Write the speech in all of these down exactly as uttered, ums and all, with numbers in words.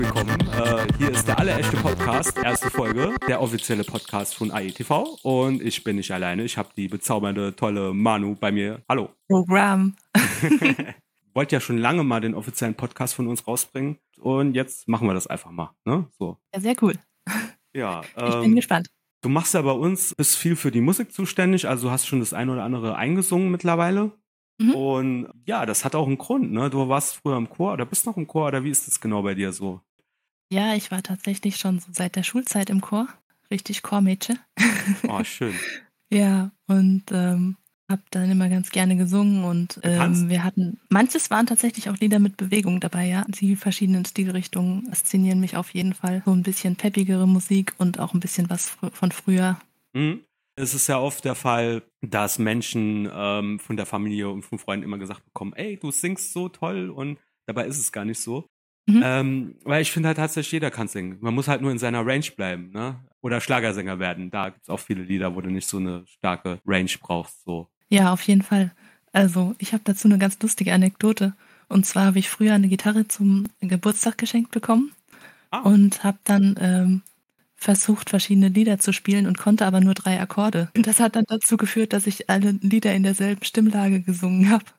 willkommen. Äh, hier ist der allerechte Podcast, erste Folge, der offizielle Podcast von A E T V. Und ich bin nicht alleine, ich habe die bezaubernde, tolle Manu bei mir. Hallo. Programm. Wollte ja schon lange mal den offiziellen Podcast von uns rausbringen und jetzt machen wir das einfach mal. Ne? So. Ja, sehr cool. Ja, ähm, ich bin gespannt. Du machst ja bei uns, bist viel für die Musik zuständig, also du hast schon das ein oder andere eingesungen mittlerweile. Mhm. Und ja, das hat auch einen Grund, ne? Du warst früher im Chor oder bist noch im Chor oder wie ist das genau bei dir so? Ja, ich war tatsächlich schon so seit der Schulzeit im Chor. Richtig Chormädchen. Oh, schön. Ja, und ähm, hab dann immer ganz gerne gesungen und ähm, wir hatten, manches waren tatsächlich auch Lieder mit Bewegung dabei, ja. Die verschiedenen Stilrichtungen faszinieren mich auf jeden Fall. So ein bisschen peppigere Musik und auch ein bisschen was fr- von früher. Mhm. Es ist ja oft der Fall, dass Menschen ähm, von der Familie und von Freunden immer gesagt bekommen, ey, du singst so toll und dabei ist es gar nicht so. Mhm. Ähm, weil ich finde halt tatsächlich, jeder kann singen. Man muss halt nur in seiner Range bleiben, ne? Oder Schlagersänger werden. Da gibt es auch viele Lieder, wo du nicht so eine starke Range brauchst. So. Ja, auf jeden Fall. Also ich habe dazu eine ganz lustige Anekdote. Und zwar habe ich früher eine Gitarre zum Geburtstag geschenkt bekommen ah. und habe dann ähm, versucht, verschiedene Lieder zu spielen und konnte aber nur drei Akkorde. Und das hat dann dazu geführt, dass ich alle Lieder in derselben Stimmlage gesungen habe.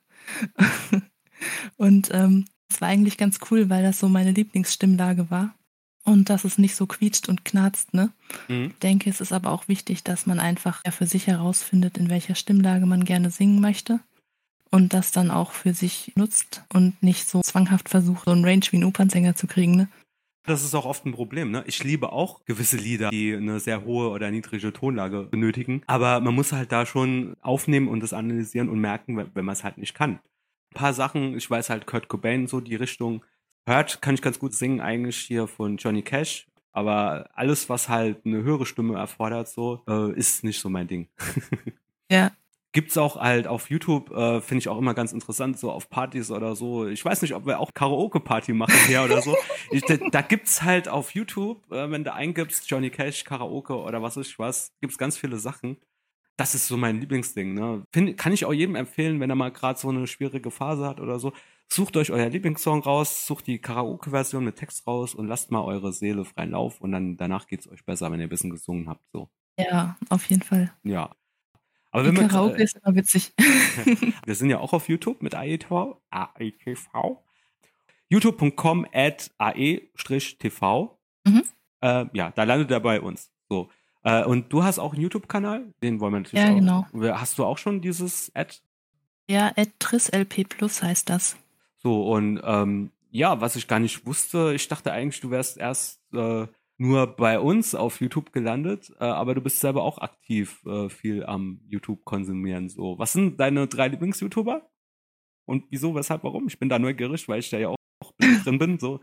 Und ähm, das war eigentlich ganz cool, weil das so meine Lieblingsstimmlage war. Und dass es nicht so quietscht und knarzt, ne? Mhm. Ich denke, es ist aber auch wichtig, dass man einfach ja für sich herausfindet, in welcher Stimmlage man gerne singen möchte. Und das dann auch für sich nutzt und nicht so zwanghaft versucht, so einen Range wie ein Opernsänger zu kriegen, ne? Das ist auch oft ein Problem, ne? Ich liebe auch gewisse Lieder, die eine sehr hohe oder niedrige Tonlage benötigen. Aber man muss halt da schon aufnehmen und das analysieren und merken, wenn man es halt nicht kann. Ein paar Sachen, ich weiß halt Kurt Cobain, so die Richtung, hört, kann ich ganz gut singen eigentlich hier von Johnny Cash. Aber alles, was halt eine höhere Stimme erfordert, so, äh, ist nicht so mein Ding. Ja. Gibt's auch halt auf YouTube, äh, finde ich auch immer ganz interessant, so auf Partys oder so. Ich weiß nicht, ob wir auch Karaoke-Party machen hier oder so. Ich, da, da gibt's halt auf YouTube, äh, wenn du eingibst, Johnny Cash, Karaoke oder was weiß ich was, gibt's ganz viele Sachen. Das ist so mein Lieblingsding, ne? Find, kann ich auch jedem empfehlen, wenn er mal gerade so eine schwierige Phase hat oder so. Sucht euch euer Lieblingssong raus, sucht die Karaoke-Version mit Text raus und lasst mal eure Seele freien Lauf und dann danach geht's euch besser, wenn ihr ein bisschen gesungen habt, so. Ja, auf jeden Fall. Ja. Aber die wenn man, Karaoke äh, ist immer witzig. Wir sind ja auch auf YouTube mit A E T V. A E T V. youtube punkt com at A E T V. Mhm. Äh, ja, da landet er bei uns. So. Äh, und du hast auch einen YouTube-Kanal, den wollen wir natürlich ja, auch. Genau. Hast du auch schon dieses Ad? Ja, at trislp plus heißt das. So, und ähm, ja, was ich gar nicht wusste, ich dachte eigentlich, du wärst erst äh, nur bei uns auf YouTube gelandet, äh, aber du bist selber auch aktiv äh, viel am YouTube konsumieren. So, was sind deine drei Lieblings-YouTuber? Und wieso, weshalb, warum? Ich bin da neugierig, weil ich da ja auch, auch drin bin. So.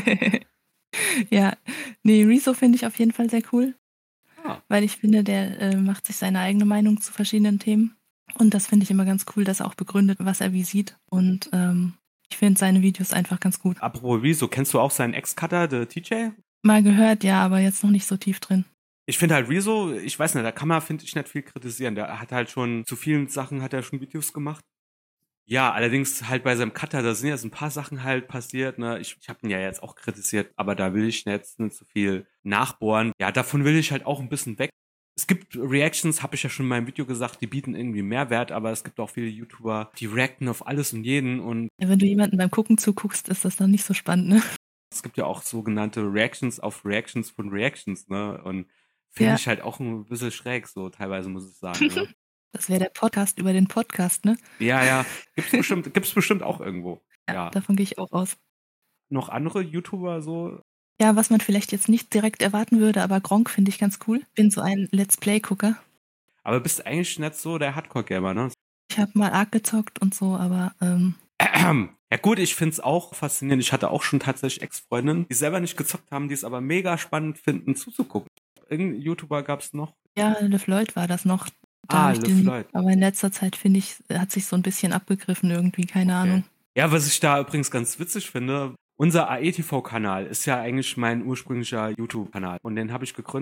Ja, nee, Rezo finde ich auf jeden Fall sehr cool, ah. weil ich finde, der äh, macht sich seine eigene Meinung zu verschiedenen Themen. Und das finde ich immer ganz cool, dass er auch begründet, was er wie sieht. Und ähm, ich finde seine Videos einfach ganz gut. Apropos Rezo, kennst du auch seinen Ex-Cutter, der T J? Mal gehört, ja, aber jetzt noch nicht so tief drin. Ich finde halt Rezo, ich weiß nicht, da kann man, finde ich, nicht viel kritisieren. Der hat halt schon, zu vielen Sachen hat er schon Videos gemacht. Ja, allerdings halt bei seinem Cutter, da sind ja so ein paar Sachen halt passiert, ne? Ich, ich habe ihn ja jetzt auch kritisiert, aber da will ich jetzt nicht so viel nachbohren. Ja, davon will ich halt auch ein bisschen weg. Es gibt Reactions, habe ich ja schon in meinem Video gesagt, die bieten irgendwie Mehrwert, aber es gibt auch viele YouTuber, die reacten auf alles und jeden und... Ja, wenn du jemanden beim Gucken zuguckst, ist das dann nicht so spannend, ne? Es gibt ja auch sogenannte Reactions auf Reactions von Reactions, ne? Und finde ja. ich halt auch ein bisschen schräg, so teilweise, muss ich sagen. Ne? Das wäre der Podcast über den Podcast, ne? Ja, ja. Gibt's bestimmt, gibt's bestimmt auch irgendwo. Ja, ja. Davon gehe ich auch aus. Noch andere YouTuber so? Ja, was man vielleicht jetzt nicht direkt erwarten würde, aber Gronkh finde ich ganz cool. Bin so ein Let's Play-Gucker. Aber bist eigentlich nicht so der Hardcore-Gamer, ne? Ich habe mal Ark gezockt und so, aber ähm ja gut, ich find's auch faszinierend. Ich hatte auch schon tatsächlich Ex-Freundinnen, die selber nicht gezockt haben, die es aber mega spannend finden, zuzugucken. Irgendein YouTuber gab's noch? Ja, LeFloid war das noch. Da ah, LeFloid. Aber in letzter Zeit, finde ich, hat sich so ein bisschen abgegriffen irgendwie, keine okay. Ahnung. Ja, was ich da übrigens ganz witzig finde, unser A E T V-Kanal ist ja eigentlich mein ursprünglicher YouTube-Kanal. Und den habe ich gegründet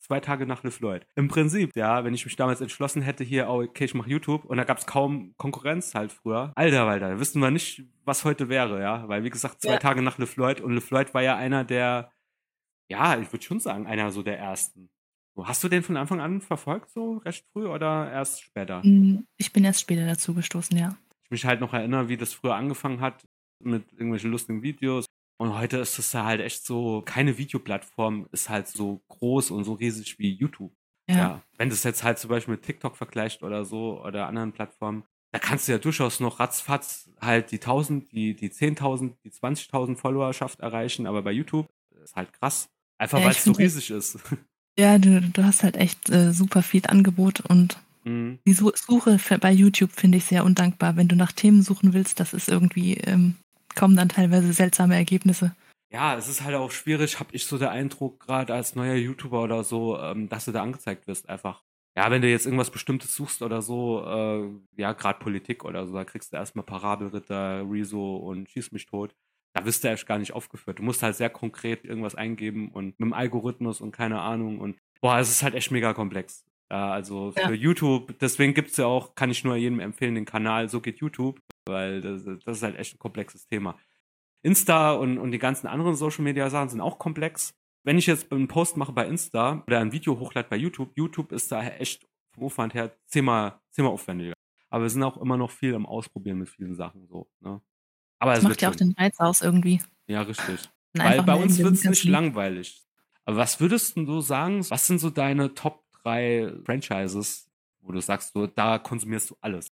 zwei Tage nach LeFloid. Im Prinzip, ja, wenn ich mich damals entschlossen hätte, hier, oh, okay, ich mache YouTube und da gab es kaum Konkurrenz halt früher. Alter, Alter, da wüssten wir nicht, was heute wäre, ja, weil wie gesagt, zwei ja. Tage nach LeFloid und LeFloid war ja einer der, ja, ich würde schon sagen, einer so der ersten. So, hast du den von Anfang an verfolgt, so recht früh oder erst später? Ich bin erst später dazu gestoßen, ja. Ich mich halt noch erinnere, wie das früher angefangen hat mit irgendwelchen lustigen Videos. Und heute ist es halt echt so, keine Videoplattform ist halt so groß und so riesig wie YouTube. Ja. ja. Wenn du es jetzt halt zum Beispiel mit TikTok vergleicht oder so oder anderen Plattformen, da kannst du ja durchaus noch ratzfatz halt die tausend, die, die zehntausend, die zwanzigtausend Followerschaft erreichen. Aber bei YouTube ist halt krass. Einfach ja, weil es so riesig ist. Ja, du, du hast halt echt äh, super viel Angebot und mhm. die Suche für, bei YouTube finde ich sehr undankbar. Wenn du nach Themen suchen willst, das ist irgendwie... Ähm, kommen dann teilweise seltsame Ergebnisse. Ja, es ist halt auch schwierig, habe ich so den Eindruck, gerade als neuer YouTuber oder so, ähm, dass du da angezeigt wirst einfach. Ja, wenn du jetzt irgendwas Bestimmtes suchst oder so, äh, ja, gerade Politik oder so, da kriegst du erstmal Parabelritter, Rezo und Schieß mich tot. Da wirst du erst gar nicht aufgeführt. Du musst halt sehr konkret irgendwas eingeben und mit dem Algorithmus und keine Ahnung und boah, es ist halt echt mega komplex. Ja, also für ja. YouTube, deswegen gibt's ja auch, kann ich nur jedem empfehlen, den Kanal So geht YouTube, weil das, das ist halt echt ein komplexes Thema. Insta und, und die ganzen anderen Social-Media-Sachen sind auch komplex. Wenn ich jetzt einen Post mache bei Insta oder ein Video hochlade bei YouTube, YouTube ist da echt vom Aufwand her zehnmal, zehnmal aufwendiger. Aber wir sind auch immer noch viel am Ausprobieren mit vielen Sachen so. Ne? Aber das macht ja auch den Reiz aus irgendwie. Ja, richtig. Weil bei uns wird es nicht langweilig. Aber was würdest du sagen, was sind so deine Top drei Franchises, wo du sagst, so, da konsumierst du alles?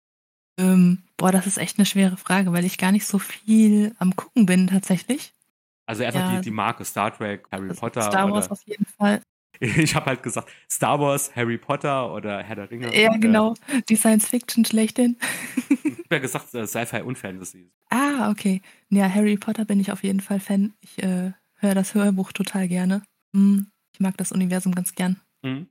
Ähm, boah, das ist echt eine schwere Frage, weil ich gar nicht so viel am Gucken bin tatsächlich. Also einfach ja, die, die Marke Star Trek, Harry Potter. Star Wars oder auf jeden Fall. Ich habe halt gesagt, Star Wars, Harry Potter oder Herr der Ringe. Ja, genau, die Science-Fiction schlechthin. Ich habe ja gesagt, äh, Sci-Fi und Fantasy. Ah, okay. Ja, Harry Potter bin ich auf jeden Fall Fan. Ich äh, höre das Hörbuch total gerne. Hm, ich mag das Universum ganz gern. Mhm.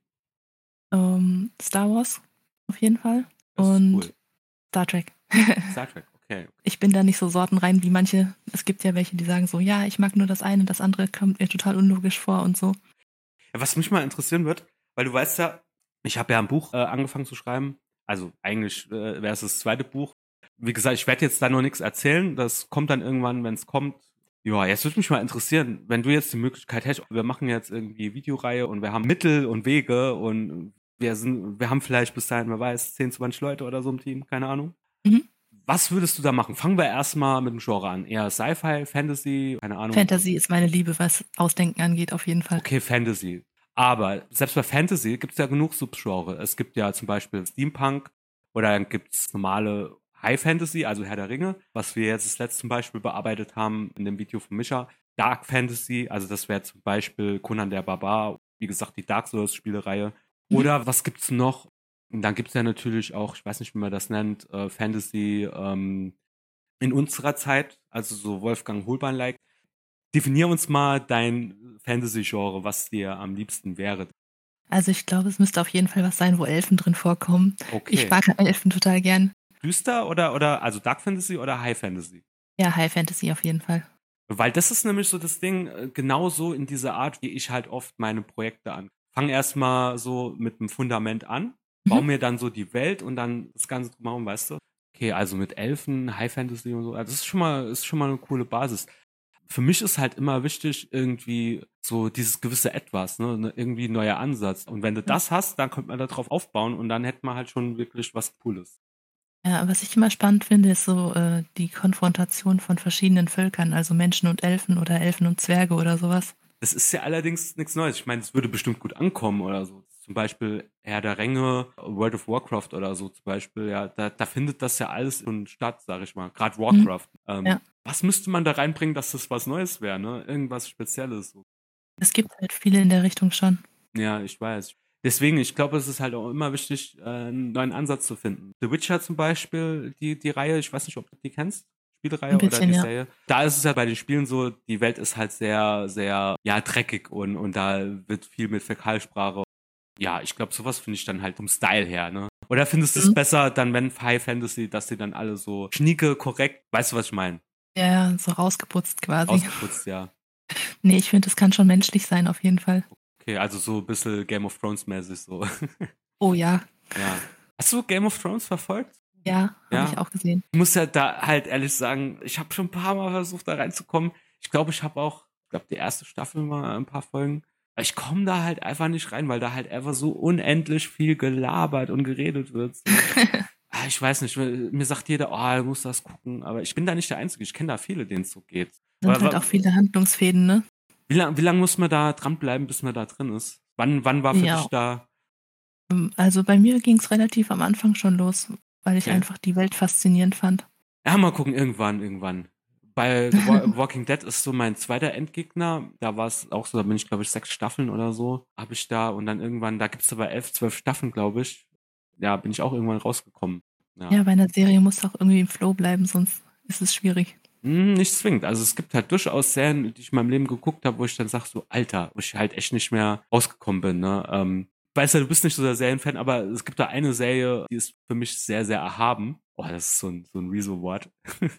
Ähm, Star Wars auf jeden Fall. Das und ist cool. Star Trek. Star Trek, okay, okay. Ich bin da nicht so sortenrein wie manche. Es gibt ja welche, die sagen so, ja, ich mag nur das eine, das andere kommt mir total unlogisch vor und so. Ja, was mich mal interessieren wird, weil du weißt ja, ich habe ja ein Buch äh, angefangen zu schreiben. Also eigentlich äh, wäre es das zweite Buch. Wie gesagt, ich werde jetzt da noch nichts erzählen. Das kommt dann irgendwann, wenn es kommt. Ja, jetzt würde mich mal interessieren, wenn du jetzt die Möglichkeit hättest, wir machen jetzt irgendwie Videoreihe und wir haben Mittel und Wege und wir sind, wir haben vielleicht bis dahin, wer weiß, zehn, zwanzig Leute oder so im Team, keine Ahnung. Mhm. Was würdest du da machen? Fangen wir erstmal mit dem Genre an. Eher Sci-Fi, Fantasy, keine Ahnung. Fantasy ist meine Liebe, was Ausdenken angeht, auf jeden Fall. Okay, Fantasy. Aber selbst bei Fantasy gibt es ja genug Subgenre. Es gibt ja zum Beispiel Steampunk oder dann gibt es normale High Fantasy, also Herr der Ringe, was wir jetzt das letzte zum Beispiel bearbeitet haben in dem Video von Mischa. Dark Fantasy, also das wäre zum Beispiel Conan der Barbar, wie gesagt, die Dark Souls-Spielereihe. Oder mhm. was gibt's noch? Und dann gibt's ja natürlich auch, ich weiß nicht, wie man das nennt, äh, Fantasy ähm, in unserer Zeit, also so Wolfgang Holbein-like. Definier uns mal dein Fantasy-Genre, was dir am liebsten wäre. Also ich glaube, es müsste auf jeden Fall was sein, wo Elfen drin vorkommen. Okay. Ich mag Elfen total gern. Düster oder, oder also Dark Fantasy oder High Fantasy? Ja, High Fantasy auf jeden Fall. Weil das ist nämlich so das Ding, genau so in dieser Art, wie ich halt oft meine Projekte an. Fang erstmal so mit einem Fundament an, baue mhm. mir dann so die Welt und dann das Ganze drumherum, weißt du? Okay, also mit Elfen, High Fantasy und so, also das ist schon mal, ist schon mal eine coole Basis. Für mich ist halt immer wichtig, irgendwie so dieses gewisse Etwas, ne, irgendwie ein neuer Ansatz. Und wenn du das hast, dann könnte man da drauf aufbauen und dann hätte man halt schon wirklich was Cooles. Ja, was ich immer spannend finde, ist so äh, die Konfrontation von verschiedenen Völkern, also Menschen und Elfen oder Elfen und Zwerge oder sowas. Das ist ja allerdings nichts Neues. Ich meine, es würde bestimmt gut ankommen oder so. Zum Beispiel Herr der Ringe, World of Warcraft oder so zum Beispiel. Ja, da, da findet das ja alles schon statt, sag ich mal. Gerade Warcraft. Mhm. Ähm, ja. Was müsste man da reinbringen, dass das was Neues wäre, ne? Irgendwas Spezielles. So. Es gibt halt viele in der Richtung schon. Ja, ich weiß. Deswegen, ich glaube, es ist halt auch immer wichtig, äh, einen neuen Ansatz zu finden. The Witcher zum Beispiel, die, die Reihe, ich weiß nicht, ob du die kennst. Spielreihe bisschen, oder die ja. Serie. Da ist es ja bei den Spielen so, die Welt ist halt sehr, sehr, ja, dreckig und, und da wird viel mit Fäkalsprache. Ja, ich glaube, sowas finde ich dann halt vom Style her, ne? Oder findest du mhm. es besser, dann, wenn High Fantasy, dass die dann alle so schnieke, korrekt, weißt du, was ich meine? Ja, so rausgeputzt quasi. Rausgeputzt, ja. Nee, ich finde, es kann schon menschlich sein, auf jeden Fall. okay, also so ein bisschen Game of Thrones mäßig so. Oh ja. Ja. Hast du Game of Thrones verfolgt? Ja, habe Ja. ich auch gesehen. Ich muss ja da halt ehrlich sagen, ich habe schon ein paar Mal versucht, da reinzukommen. Ich glaube, ich habe auch, ich glaube, die erste Staffel mal ein paar Folgen. Aber ich komme da halt einfach nicht rein, weil da halt einfach so unendlich viel gelabert und geredet wird. So. Ah, ich weiß nicht, mir sagt jeder, oh, du musst das gucken. Aber ich bin da nicht der Einzige. Ich kenne da viele, denen es so geht. Sind Aber, halt auch viele Handlungsfäden, ne? Wie lange wie lang muss man da dranbleiben, bis man da drin ist? Wann, wann war für Ja. dich da? Also bei mir ging es relativ am Anfang schon los, weil ich Okay. einfach die Welt faszinierend fand. Ja, mal gucken, irgendwann, irgendwann. Bei The Wa- Walking Dead ist so mein zweiter Endgegner. Da war es auch so, da bin ich, glaube ich, sechs Staffeln oder so, habe ich da. Und dann irgendwann, da gibt es aber elf, zwölf Staffeln, glaube ich. Ja, bin ich auch irgendwann rausgekommen. Ja, Ja, bei einer Serie muss auch irgendwie im Flow bleiben, sonst ist es schwierig. Hm, nicht zwingend. Also es gibt halt durchaus Serien, die ich in meinem Leben geguckt habe, wo ich dann sage, so, Alter, wo ich halt echt nicht mehr rausgekommen bin. Ne? Ähm, ich weiß ja, du bist nicht so der Serienfan, aber es gibt da eine Serie, die ist für mich sehr, sehr erhaben. Oh, das ist so ein, so ein Rezo-Wort.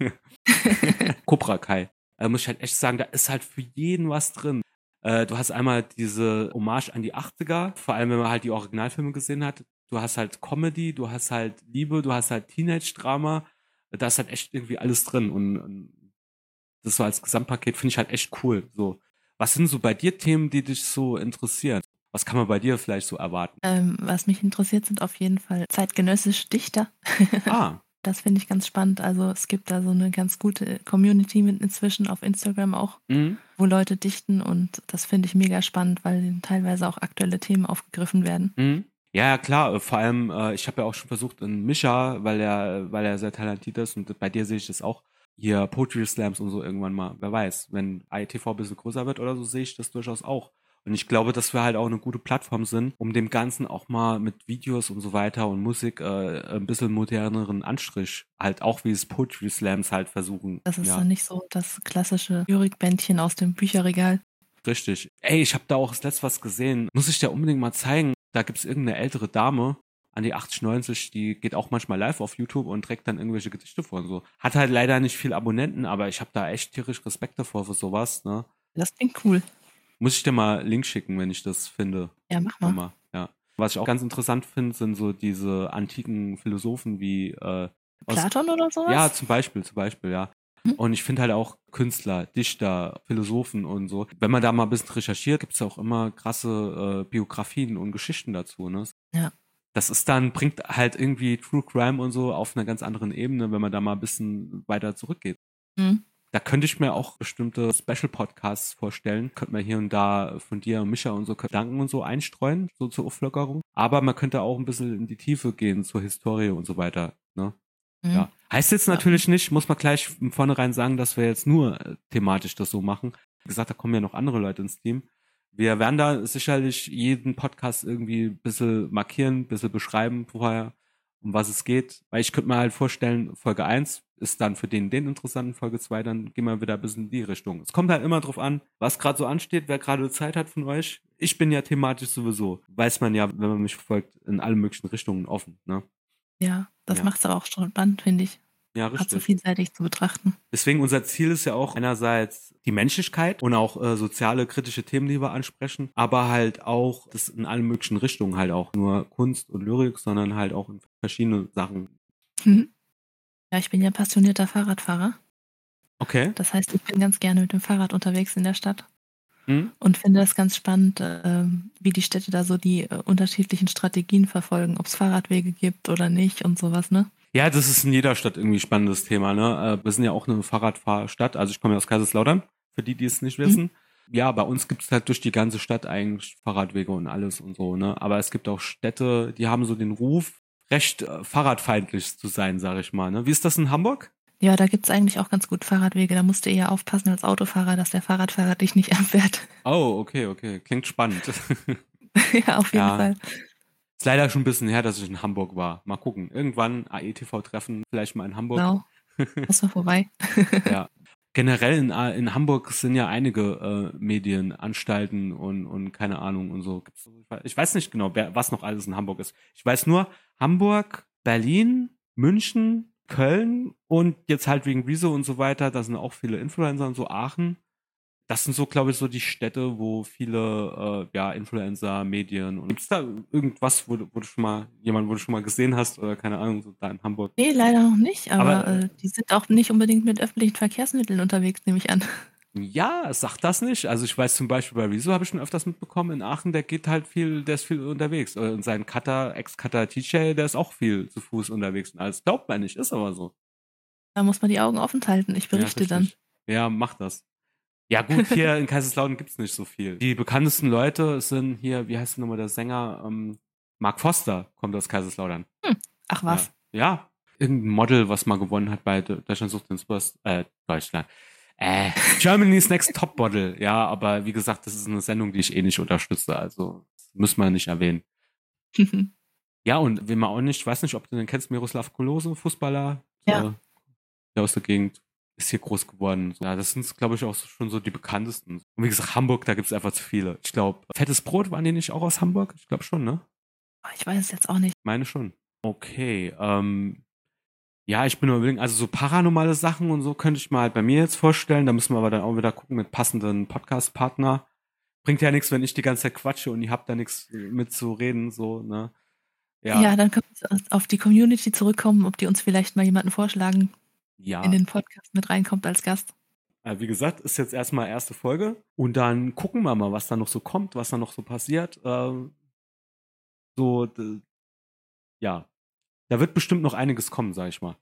Cobra Kai. Da muss ich halt echt sagen, da ist halt für jeden was drin. Äh, du hast einmal diese Hommage an die achtziger, vor allem wenn man halt die Originalfilme gesehen hat. Du hast halt Comedy, du hast halt Liebe, du hast halt Teenage-Drama. Da ist halt echt irgendwie alles drin. Und, und das so als Gesamtpaket finde ich halt echt cool. So, was sind so bei dir Themen, die dich so interessieren? Was kann man bei dir vielleicht so erwarten? Ähm, was mich interessiert, sind auf jeden Fall zeitgenössische Dichter. Ah, Das finde ich ganz spannend. Also es gibt da so eine ganz gute Community mit inzwischen auf Instagram auch, mhm. wo Leute dichten, und das finde ich mega spannend, weil teilweise auch aktuelle Themen aufgegriffen werden. Mhm. Ja, ja, klar. äh, Vor allem, äh, ich habe ja auch schon versucht, in Mischa, weil er, weil er sehr talentiert ist, und bei dir sehe ich das auch, hier Poetry Slams und so irgendwann mal. Wer weiß, wenn I T V ein bisschen größer wird oder so, sehe ich das durchaus auch. Und ich glaube, dass wir halt auch eine gute Plattform sind, um dem Ganzen auch mal mit Videos und so weiter und Musik äh, ein bisschen moderneren Anstrich, halt auch wie es Poetry Slams halt versuchen. Das ist Ja, dann nicht so das klassische Lyrikbändchen aus dem Bücherregal. richtig. Ey, ich habe da auch das letzte was gesehen. Muss ich dir unbedingt mal zeigen. Da gibt's irgendeine ältere Dame, an die achtzig, neunzig, die geht auch manchmal live auf YouTube und trägt dann irgendwelche Gedichte vor und so. Hat halt leider nicht viel Abonnenten, aber ich habe da echt tierisch Respekt davor für sowas, ne? Das klingt cool. Muss ich dir mal Link schicken, wenn ich das finde. Ja, mach Mach mal. mal, ja. Was ich auch ganz interessant finde, sind so diese antiken Philosophen wie äh, aus, Platon oder sowas? ja, zum Beispiel, zum Beispiel, ja. Mhm. Und ich finde halt auch Künstler, Dichter, Philosophen und so. Wenn man da mal ein bisschen recherchiert, gibt's ja auch immer krasse äh, Biografien und Geschichten dazu, ne? Ja. Das ist dann, bringt halt irgendwie True Crime und so auf einer ganz anderen Ebene, wenn man da mal ein bisschen weiter zurückgeht. Mhm. Da könnte ich mir auch bestimmte Special-Podcasts vorstellen. Könnte man hier und da von dir und Micha und so Gedanken und so einstreuen, so zur Auflockerung. Aber man könnte auch ein bisschen in die Tiefe gehen, zur Historie und so weiter. Ne? Mhm. Ja. Heißt jetzt natürlich nicht, muss man gleich von vornherein sagen, dass wir jetzt nur äh, thematisch das so machen. Wie gesagt, da kommen ja noch andere Leute ins Team. Wir werden da sicherlich jeden Podcast irgendwie ein bisschen markieren, ein bisschen beschreiben vorher, um was es geht. Weil ich könnte mir halt vorstellen, Folge eins ist dann für den den interessanten, Folge zwei, dann gehen wir wieder ein bisschen in die Richtung. Es kommt halt immer drauf an, was gerade so ansteht, wer gerade Zeit hat von euch. Ich bin ja thematisch sowieso, weiß man ja, wenn man mich verfolgt, in alle möglichen Richtungen offen. Ne? Ja, das Ja. macht es aber auch schon spannend, finde ich. Ja, Hat so richtig. vielseitig zu betrachten. Deswegen unser Ziel ist ja auch einerseits die Menschlichkeit und auch äh, soziale, kritische Themen, die wir ansprechen, aber halt auch das in allen möglichen Richtungen, halt auch nur Kunst und Lyrik, sondern halt auch in verschiedene Sachen. Mhm. Ja, ich bin ja passionierter Fahrradfahrer. Okay. Das heißt, ich bin ganz gerne mit dem Fahrrad unterwegs in der Stadt Hm? und finde das ganz spannend, ähm, wie die Städte da so die äh, unterschiedlichen Strategien verfolgen, ob es Fahrradwege gibt oder nicht und sowas, ne? Ja, das ist in jeder Stadt irgendwie ein spannendes Thema, ne? Äh, wir sind ja auch eine Fahrradfahrstadt, also ich komme ja aus Kaiserslautern, für die, die es nicht wissen. Mhm. Ja, bei uns gibt es halt durch die ganze Stadt eigentlich Fahrradwege und alles und so, ne? Aber es gibt auch Städte, die haben so den Ruf, recht äh, fahrradfeindlich zu sein, sage ich mal, ne? Wie ist das in Hamburg? Ja, da gibt es eigentlich auch ganz gut Fahrradwege. Da musst du eher aufpassen als Autofahrer, dass der Fahrradfahrer dich nicht abfährt. Oh, okay, okay. Klingt spannend. Ja, auf jeden Ja. Fall. Ist leider schon ein bisschen her, dass ich in Hamburg war. Mal gucken. Irgendwann A E T V-Treffen, vielleicht mal in Hamburg. Genau. Muss mal vorbei. Ja. Generell in, in Hamburg sind ja einige äh, Medienanstalten und, und keine Ahnung und so. Ich weiß nicht genau, wer, was noch alles in Hamburg ist. Ich weiß nur, Hamburg, Berlin, München, Köln und jetzt halt wegen Rezo und so weiter, da sind auch viele Influencer und so, Aachen. das sind so, glaube ich, so die Städte, wo viele äh, ja, Influencer, Medien und gibt es da irgendwas, wo, wo du schon mal, jemand, wo du schon mal gesehen hast oder keine Ahnung, so da in Hamburg? Nee, leider noch nicht, aber, aber äh, die sind auch nicht unbedingt mit öffentlichen Verkehrsmitteln unterwegs, nehme ich an. Ja, sagt das nicht. Also ich weiß zum Beispiel bei Rezo habe ich schon öfters mitbekommen, in Aachen, der geht halt viel, der ist viel unterwegs. Und sein Cutter, Ex-Cutter T J, der ist auch viel zu Fuß unterwegs. Also das glaubt man nicht, ist aber so. Da muss man die Augen offen halten, ich berichte ja, dann. Ja, mach das. Ja gut, hier in Kaiserslautern gibt's nicht so viel. Die bekanntesten Leute sind hier, wie heißt nochmal der Sänger? Ähm, Mark Foster kommt aus Kaiserslautern. Hm. Ach was. Ja. ja, irgendein Model, was mal gewonnen hat bei Deutschland sucht den Superstar, äh, Deutschland. Äh, Germany's Next Top Model. Ja, aber wie gesagt, das ist eine Sendung, die ich eh nicht unterstütze. Also müssen wir nicht erwähnen. Ja, und wen man auch nicht, weiß nicht, ob du den kennst, Miroslav Klose, Fußballer. Ja. Äh, der aus der Gegend ist hier groß geworden. Ja, das sind, glaube ich, auch schon so die bekanntesten. Und wie gesagt, Hamburg, da gibt es einfach zu viele. Ich glaube, Fettes Brot, waren die nicht auch aus Hamburg? Ich glaube schon, ne? Ich weiß es jetzt auch nicht. Meine schon. Okay, ähm, ja, ich bin nur überlegen, also so paranormale Sachen und so könnte ich mal halt bei mir jetzt vorstellen. Da müssen wir aber dann auch wieder gucken mit passenden Podcast-Partner. Bringt ja nichts, wenn ich die ganze Zeit quatsche und ihr habt da nichts mit zu reden, so, ne? Ja, ja dann können wir auf die Community zurückkommen, ob die uns vielleicht mal jemanden vorschlagen, ja. in den Podcast mit reinkommt als Gast. Wie gesagt, ist jetzt erstmal erste Folge und dann gucken wir mal, was da noch so kommt, was da noch so passiert. Ähm, so, d- ja, da wird bestimmt noch einiges kommen, sag ich mal.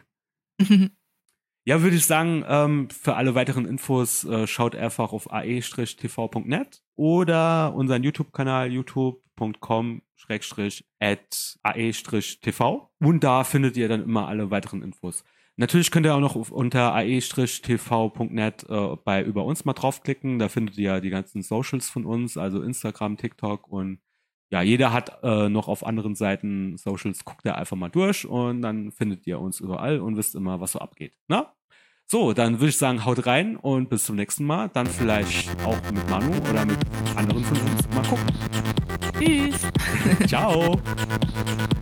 Ja, würde ich sagen, ähm, für alle weiteren Infos äh, schaut einfach auf a e t v punkt net oder unseren YouTube-Kanal youtube punkt com slash at a e t v und da findet ihr dann immer alle weiteren Infos. Natürlich könnt ihr auch noch auf, unter a e t v punkt net äh, bei über uns mal draufklicken, da findet ihr ja die ganzen Socials von uns, also Instagram, TikTok und ja, jeder hat äh, noch auf anderen Seiten Socials, guckt da einfach mal durch und dann findet ihr uns überall und wisst immer, was so abgeht. Na? So, dann würde ich sagen, haut rein und bis zum nächsten Mal. Dann vielleicht auch mit Manu oder mit anderen von uns. Mal gucken. Tschüss. Ciao.